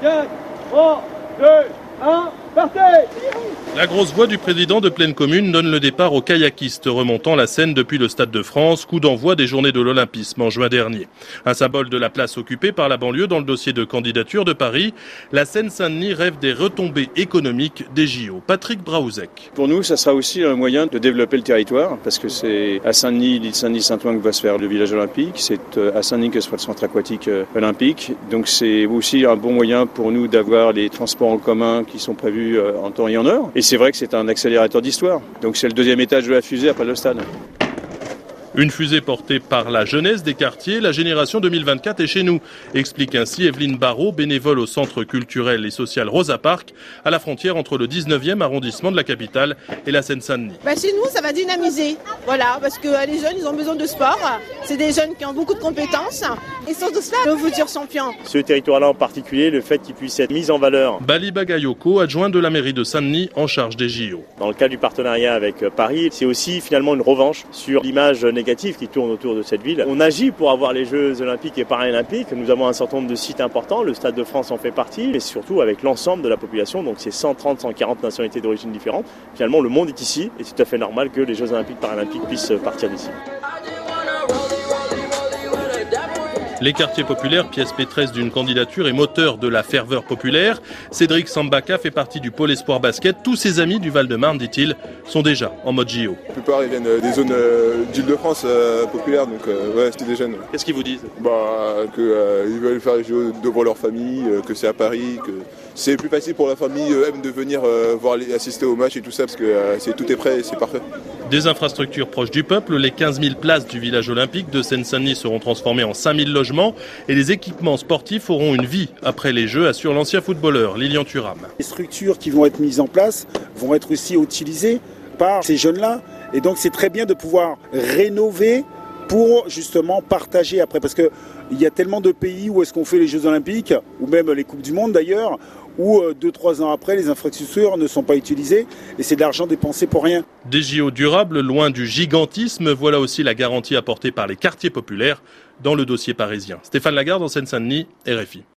4, 3, 2, 1, partez! La grosse voix du président de Plaine Commune donne le départ aux kayakistes remontant la Seine depuis le Stade de France, coup d'envoi des Journées de l'Olympisme en juin dernier. Un symbole de la place occupée par la banlieue dans le dossier de candidature de Paris, la Seine-Saint-Denis rêve des retombées économiques des JO. Patrick Braouzek. Pour nous, ça sera aussi un moyen de développer le territoire, parce que c'est à Saint-Denis, l'île Saint-Denis, Saint-Ouen que va se faire le village olympique, c'est à Saint-Denis que se fera le centre aquatique olympique. Donc c'est aussi un bon moyen pour nous d'avoir les transports en commun qui sont prévus en temps et en heure. Et c'est vrai que c'est un accélérateur d'histoire. Donc c'est le deuxième étage de la fusée après le stade. Une fusée portée par la jeunesse des quartiers, la génération 2024 est chez nous, explique ainsi Evelyne Barrault, bénévole au centre culturel et social Rosa Park, à la frontière entre le 19e arrondissement de la capitale et la Seine-Saint-Denis. Chez nous, ça va dynamiser, voilà, parce que les jeunes, ils ont besoin de sport, c'est des jeunes qui ont beaucoup de compétences, et surtout cela, le futur champion. Ce territoire-là en particulier, le fait qu'il puisse être mis en valeur. Bali Bagayoko, adjoint de la mairie de Saint-Denis en charge des JO. Dans le cadre du partenariat avec Paris, c'est aussi finalement une revanche sur l'image négative qui tourne autour de cette ville. On agit pour avoir les Jeux Olympiques et Paralympiques. Nous avons un certain nombre de sites importants, le Stade de France en fait partie, mais surtout avec l'ensemble de la population, donc c'est 130-140 nationalités d'origine différentes. Finalement, le monde est ici et c'est tout à fait normal que les Jeux Olympiques et Paralympiques puissent partir d'ici. Les quartiers populaires, pièce pétresse d'une candidature et moteur de la ferveur populaire. Cédric Sambaka fait partie du pôle espoir basket. Tous ses amis du Val-de-Marne, dit-il, sont déjà en mode JO. La plupart ils viennent des zones d'Île-de-France populaires, donc ouais, c'est des jeunes. Qu'est-ce qu'ils vous disent? Qu'ils veulent faire les JO devant leur famille, que c'est à Paris, que c'est plus facile pour la famille même de venir assister au match et tout ça, parce que tout est prêt et c'est parfait. Des infrastructures proches du peuple, les 15 000 places du village olympique de Seine-Saint-Denis seront transformées en 5 000 logements et les équipements sportifs auront une vie après les Jeux, assure l'ancien footballeur Lilian Thuram. Les structures qui vont être mises en place vont être aussi utilisées par ces jeunes-là et donc c'est très bien de pouvoir rénover pour justement partager après, parce qu'il y a tellement de pays où est-ce qu'on fait les Jeux Olympiques, ou même les Coupes du Monde d'ailleurs, où 2-3 ans après, les infrastructures ne sont pas utilisées et c'est de l'argent dépensé pour rien. Des JO durables, loin du gigantisme, voilà aussi la garantie apportée par les quartiers populaires dans le dossier parisien. Stéphane Lagarde en Seine-Saint-Denis, RFI.